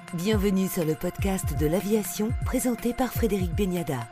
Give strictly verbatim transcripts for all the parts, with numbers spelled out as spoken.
Bienvenue sur le podcast de l'aviation présenté par Frédéric Beniada.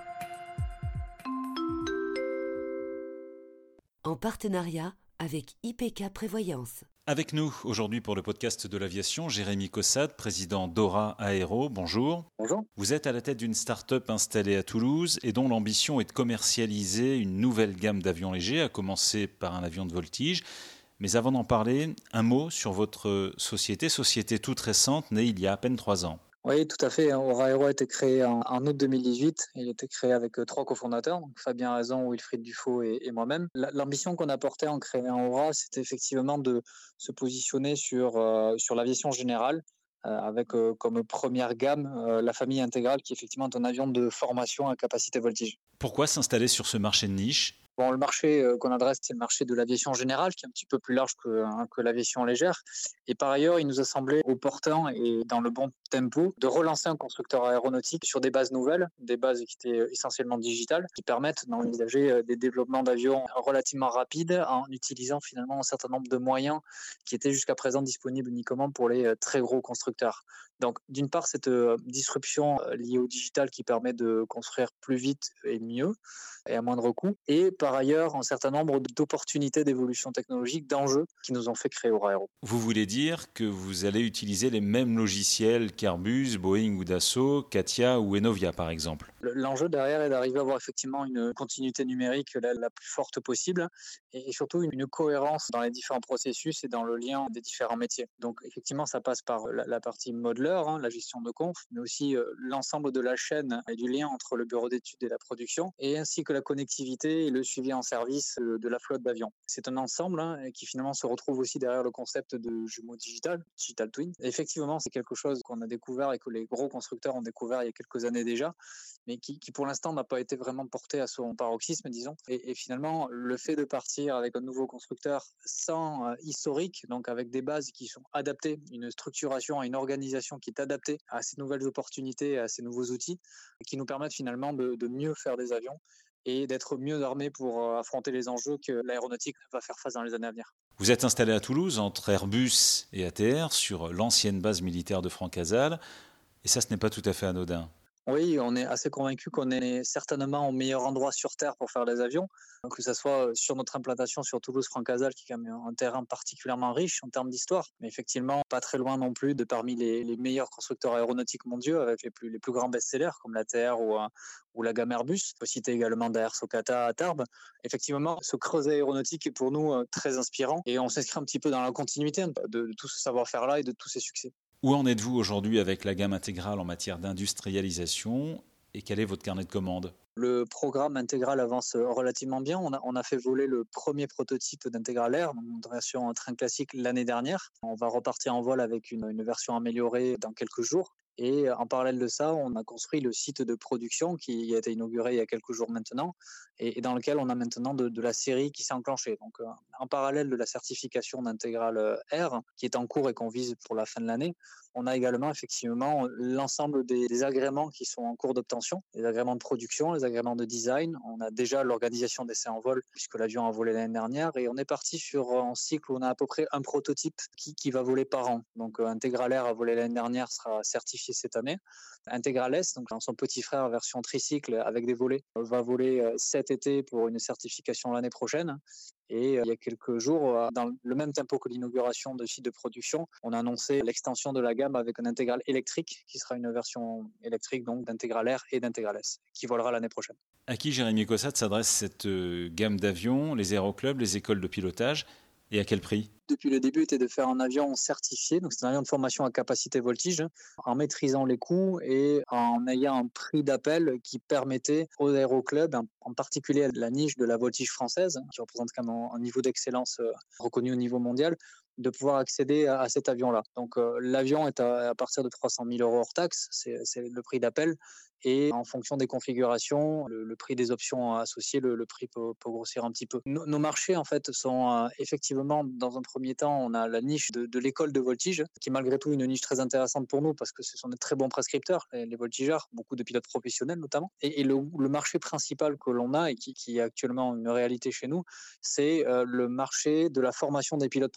En partenariat avec I P K Prévoyance. Avec nous aujourd'hui pour le podcast de l'aviation, Jérémy Caussade, président d'Aura Aéro. Bonjour. Bonjour. Vous êtes à la tête d'une start-up installée à Toulouse et dont l'ambition est de commercialiser une nouvelle gamme d'avions légers, à commencer par un avion de voltige. Mais avant d'en parler, un mot sur votre société, société toute récente, née il y a à peine trois ans. Oui, tout à fait. Aura Aéro a été créé en, en août deux mille dix-huit. Il a été créé avec euh, trois cofondateurs, donc Fabien Hazan, Wilfried Dufaux et, et moi-même. La, l'ambition qu'on a portée en créant Aura, c'était effectivement de se positionner sur, euh, sur l'aviation générale, euh, avec euh, comme première gamme euh, la famille intégrale, qui effectivement est un avion de formation à capacité voltige. Pourquoi s'installer sur ce marché de niche ? Bon, le marché euh, qu'on adresse, c'est le marché de l'aviation générale, qui est un petit peu plus large que, hein, que l'aviation légère. Et par ailleurs, il nous a semblé opportun et dans le bon tempo de relancer un constructeur aéronautique sur des bases nouvelles, des bases qui étaient essentiellement digitales, qui permettent d'envisager des développements d'avions relativement rapides en utilisant finalement un certain nombre de moyens qui étaient jusqu'à présent disponibles uniquement pour les très gros constructeurs. Donc, d'une part, cette disruption liée au digital qui permet de construire plus vite et mieux et à moindre coût. Et par ailleurs, un certain nombre d'opportunités d'évolution technologique, d'enjeux qui nous ont fait créer Aura Aéro. Vous voulez dire que vous allez utiliser les mêmes logiciels qu'Airbus, Boeing ou Dassault, Katia ou Enovia par exemple ? L'enjeu derrière est d'arriver à avoir effectivement une continuité numérique la, la plus forte possible et, et surtout une, une cohérence dans les différents processus et dans le lien des différents métiers. Donc effectivement, ça passe par la, la partie modeler, hein, la gestion de conf, mais aussi euh, l'ensemble de la chaîne et du lien entre le bureau d'études et la production, et ainsi que la connectivité et le suivi en service de, de la flotte d'avions. C'est un ensemble hein, qui finalement se retrouve aussi derrière le concept de jumeaux digital, digital twin. Et effectivement, c'est quelque chose qu'on a découvert et que les gros constructeurs ont découvert il y a quelques années déjà, mais qui, qui pour l'instant n'a pas été vraiment porté à son paroxysme, disons. Et, et finalement, le fait de partir avec un nouveau constructeur sans euh, historique, donc avec des bases qui sont adaptées, une structuration et une organisation qui est adaptée à ces nouvelles opportunités, à ces nouveaux outils, qui nous permettent finalement de, de mieux faire des avions et d'être mieux armés pour euh, affronter les enjeux que l'aéronautique va faire face dans les années à venir. Vous êtes installé à Toulouse, entre Airbus et A T R, sur l'ancienne base militaire de Francazal, et ça, ce n'est pas tout à fait anodin. Oui, on est assez convaincu qu'on est certainement au meilleur endroit sur Terre pour faire des avions, que ce soit sur notre implantation sur Toulouse-Francazal, qui est quand même un terrain particulièrement riche en termes d'histoire, mais effectivement pas très loin non plus de parmi les, les meilleurs constructeurs aéronautiques mondiaux, avec les plus, les plus grands best-sellers comme l'A T R ou, ou la gamme Airbus. On peut citer également Daher Socata à Tarbes. Effectivement, ce creuset aéronautique est pour nous très inspirant et on s'inscrit un petit peu dans la continuité de, de tout ce savoir-faire-là et de tous ces succès. Où en êtes-vous aujourd'hui avec la gamme intégrale en matière d'industrialisation et quel est votre carnet de commandes ? Le programme intégral avance relativement bien. On a, on a fait voler le premier prototype d'Intégral Air, donc une version train classique l'année dernière. On va repartir en vol avec une, une version améliorée dans quelques jours. Et en parallèle de ça, on a construit le site de production qui a été inauguré il y a quelques jours maintenant et, et dans lequel on a maintenant de, de la série qui s'est enclenchée. Donc, euh, en parallèle de la certification d'Intégral Air qui est en cours et qu'on vise pour la fin de l'année, on a également effectivement l'ensemble des, des agréments qui sont en cours d'obtention, les agréments de production, les agréments de design. On a déjà l'organisation d'essais en vol puisque l'avion a volé l'année dernière et on est parti sur un cycle où on a à peu près un prototype qui, qui va voler par an. Donc, euh, Intégral Air a volé l'année dernière, sera certifié cette année. Intégral S, donc son petit frère version tricycle avec des volets, va voler cet été pour une certification l'année prochaine. Et il y a quelques jours, dans le même tempo que l'inauguration de site de production, on a annoncé l'extension de la gamme avec un intégral électrique qui sera une version électrique donc d'Intégral Air et d'Intégral S qui volera l'année prochaine. À qui, Jérémy Caussade, s'adresse cette gamme d'avions, les aéroclubs, les écoles de pilotage et à quel prix ? Depuis le début, était de faire un avion certifié, donc c'est un avion de formation à capacité voltige, en maîtrisant les coûts et en ayant un prix d'appel qui permettait aux aéroclubs, en particulier à la niche de la voltige française, qui représente quand même un niveau d'excellence reconnu au niveau mondial, de pouvoir accéder à, à cet avion-là. Donc euh, l'avion est à, à partir de trois cent mille euros hors taxe, c'est, c'est le prix d'appel. Et en fonction des configurations, le, le prix des options associées, le, le prix peut, peut grossir un petit peu. Nos, nos marchés, en fait, sont euh, effectivement, dans un premier temps, on a la niche de, de l'école de voltige, qui est malgré tout une niche très intéressante pour nous, parce que ce sont des très bons prescripteurs, les, les voltigeurs, beaucoup de pilotes professionnels notamment. Et, et le, le marché principal que l'on a, et qui, qui est actuellement une réalité chez nous, c'est euh, le marché de la formation des pilotes professionnels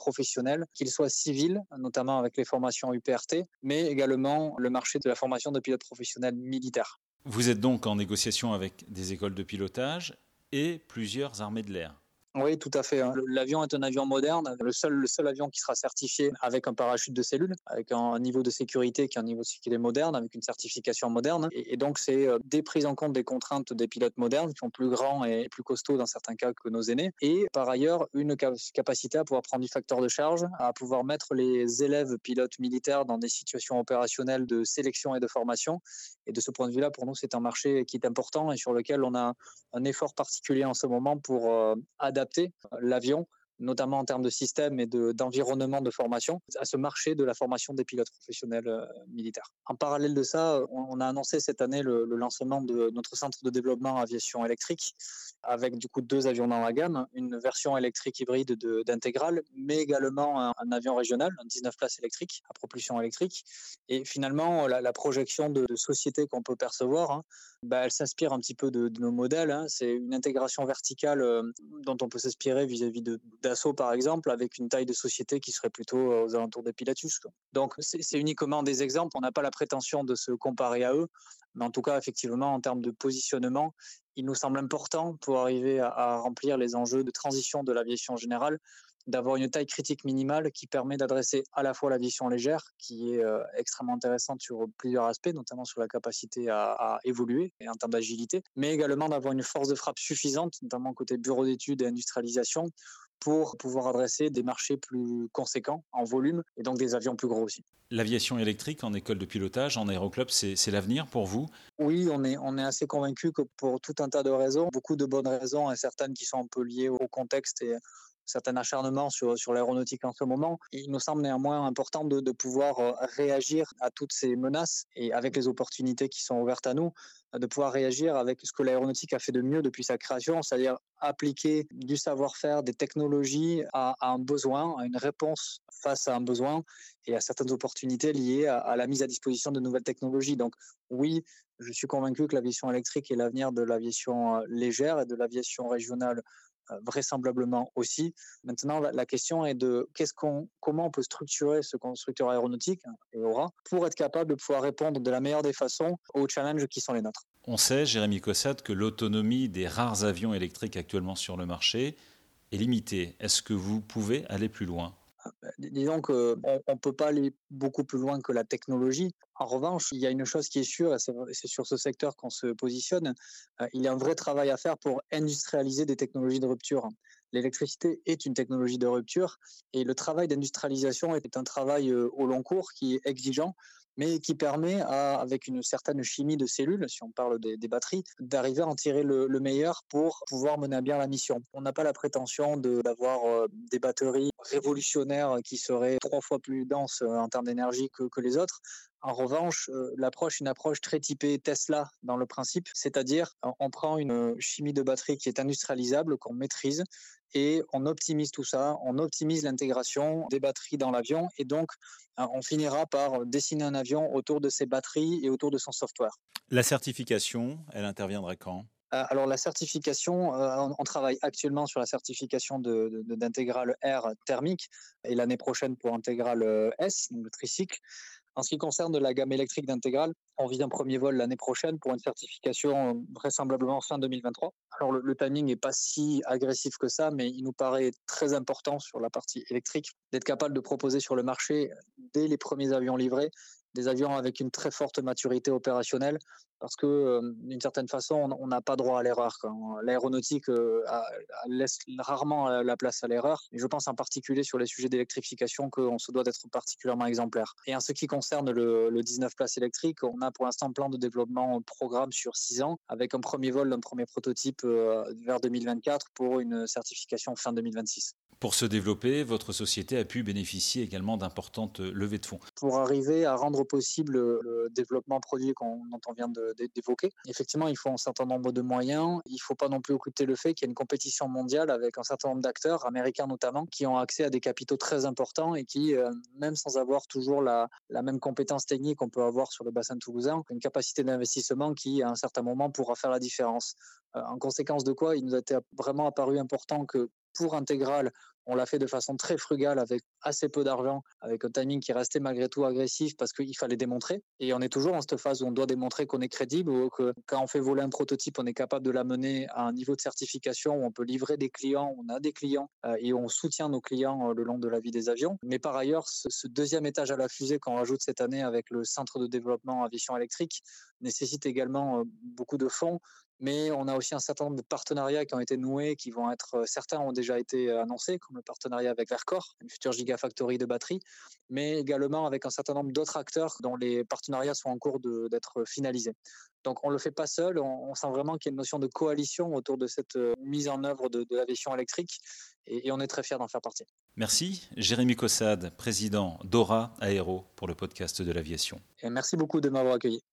professionnel, qu'il soit civil, notamment avec les formations U P R T, mais également le marché de la formation de pilotes professionnels militaires. Vous êtes donc en négociation avec des écoles de pilotage et plusieurs armées de l'air. Oui, tout à fait. L'avion est un avion moderne, le seul, le seul avion qui sera certifié avec un parachute de cellule, avec un niveau de sécurité qui est un niveau de sécurité moderne, avec une certification moderne. Et, et donc, c'est des prises en compte des contraintes des pilotes modernes qui sont plus grands et plus costauds dans certains cas que nos aînés. Et par ailleurs, une capacité à pouvoir prendre du facteur de charge, à pouvoir mettre les élèves pilotes militaires dans des situations opérationnelles de sélection et de formation. Et de ce point de vue-là, pour nous, c'est un marché qui est important et sur lequel on a un effort particulier en ce moment pour euh, adapter l'avion, notamment en termes de système et de, d'environnement de formation, à ce marché de la formation des pilotes professionnels euh, militaires. En parallèle de ça, on, on a annoncé cette année le, le lancement de notre centre de développement aviation électrique, avec du coup deux avions dans la gamme, une version électrique hybride de, d'Integral, mais également un, un avion régional, un dix-neuf places électrique, à propulsion électrique. Et finalement, la, la projection de, de société qu'on peut percevoir, hein, bah, elle s'inspire un petit peu de, de nos modèles. Hein. C'est une intégration verticale euh, dont on peut s'inspirer vis-à-vis de Dassault, par exemple, avec une taille de société qui serait plutôt aux alentours des Pilatus, quoi. Donc, c'est, c'est uniquement des exemples. On n'a pas la prétention de se comparer à eux. Mais en tout cas, effectivement, en termes de positionnement, il nous semble important pour arriver à, à remplir les enjeux de transition de l'aviation générale, d'avoir une taille critique minimale qui permet d'adresser à la fois l'aviation légère, qui est euh, extrêmement intéressante sur plusieurs aspects, notamment sur la capacité à, à évoluer et en termes d'agilité, mais également d'avoir une force de frappe suffisante, notamment côté bureau d'études et industrialisation, pour pouvoir adresser des marchés plus conséquents en volume et donc des avions plus gros aussi. L'aviation électrique en école de pilotage, en aéroclub, c'est, c'est l'avenir pour vous ? Oui, on est, on est assez convaincus que pour tout un tas de raisons, beaucoup de bonnes raisons et certaines qui sont un peu liées au contexte et certain acharnement sur, sur l'aéronautique en ce moment. Il nous semble néanmoins important de, de pouvoir réagir à toutes ces menaces et avec les opportunités qui sont ouvertes à nous, de pouvoir réagir avec ce que l'aéronautique a fait de mieux depuis sa création, c'est-à-dire appliquer du savoir-faire, des technologies à, à un besoin, à une réponse face à un besoin et à certaines opportunités liées à, à la mise à disposition de nouvelles technologies. Donc oui, je suis convaincu que l'aviation électrique est l'avenir de l'aviation légère et de l'aviation régionale vraisemblablement aussi. Maintenant, la question est de qu'est-ce qu'on, comment on peut structurer ce constructeur aéronautique, et aura, pour être capable de pouvoir répondre de la meilleure des façons aux challenges qui sont les nôtres. On sait, Jérémy Cossade, que l'autonomie des rares avions électriques actuellement sur le marché est limitée. Est-ce que vous pouvez aller plus loin ? Disons qu'on ne peut pas aller beaucoup plus loin que la technologie. En revanche, il y a une chose qui est sûre, et c'est, c'est sur ce secteur qu'on se positionne, euh, il y a un vrai travail à faire pour industrialiser des technologies de rupture. L'électricité est une technologie de rupture et le travail d'industrialisation est un travail euh, au long cours qui est exigeant, mais qui permet, à, avec une certaine chimie de cellules, si on parle des, des batteries, d'arriver à en tirer le, le meilleur pour pouvoir mener à bien la mission. On n'a pas la prétention de, d'avoir euh, des batteries révolutionnaires qui seraient trois fois plus denses euh, en termes d'énergie que, que les autres. En revanche, euh, l'approche est une approche très typée Tesla dans le principe, c'est-à-dire on prend une chimie de batterie qui est industrialisable, qu'on maîtrise, et on optimise tout ça, on optimise l'intégration des batteries dans l'avion, et donc on finira par dessiner un avion autour de ses batteries et autour de son software. La certification, elle interviendra quand ? Alors la certification, euh, on travaille actuellement sur la certification de, de, d'Integral R thermique, et l'année prochaine pour Integral S, donc le tricycle. En ce qui concerne la gamme électrique d'Integral, on vise un premier vol l'année prochaine pour une certification vraisemblablement fin deux mille vingt-trois. Alors le, le timing n'est pas si agressif que ça, mais il nous paraît très important sur la partie électrique d'être capable de proposer sur le marché, dès les premiers avions livrés, des avions avec une très forte maturité opérationnelle, parce que euh, d'une certaine façon, on n'a pas droit à l'erreur. Quand l'aéronautique euh, a, a, laisse rarement la place à l'erreur, et je pense en particulier sur les sujets d'électrification qu'on se doit d'être particulièrement exemplaire. Et en ce qui concerne le, le dix-neuf places électriques, on a pour l'instant un plan de développement programme sur six ans, avec un premier vol d'un premier prototype euh, vers deux mille vingt-quatre pour une certification fin deux mille vingt-six. Pour se développer, votre société a pu bénéficier également d'importantes levées de fonds. Pour arriver à rendre possible le développement produit qu'on, dont on vient de, d'évoquer, effectivement, il faut un certain nombre de moyens. Il ne faut pas non plus occulter le fait qu'il y a une compétition mondiale avec un certain nombre d'acteurs, américains notamment, qui ont accès à des capitaux très importants et qui, euh, même sans avoir toujours la, la même compétence technique qu'on peut avoir sur le bassin toulousain, ont une capacité d'investissement qui, à un certain moment, pourra faire la différence. Euh, en conséquence de quoi, il nous a été vraiment apparu important que pour Integral, On l'a fait de façon très frugale avec assez peu d'argent, avec un timing qui restait malgré tout agressif parce qu'il fallait démontrer. Et on est toujours en cette phase où on doit démontrer qu'on est crédible ou que quand on fait voler un prototype, on est capable de l'amener à un niveau de certification où on peut livrer des clients, on a des clients euh, et on soutient nos clients euh, le long de la vie des avions. Mais par ailleurs, ce, ce deuxième étage à la fusée qu'on rajoute cette année avec le centre de développement aviation électrique nécessite également euh, beaucoup de fonds. Mais on a aussi un certain nombre de partenariats qui ont été noués, qui vont être, certains ont déjà été annoncés, comme le partenariat avec Verkor, une future gigafactory de batteries, mais également avec un certain nombre d'autres acteurs dont les partenariats sont en cours de, d'être finalisés. Donc on ne le fait pas seul, on, on sent vraiment qu'il y a une notion de coalition autour de cette mise en œuvre de, de l'aviation électrique et, et on est très fiers d'en faire partie. Merci Jérémy Caussade, président d'Aura Aéro pour le podcast de l'aviation. Et merci beaucoup de m'avoir accueilli.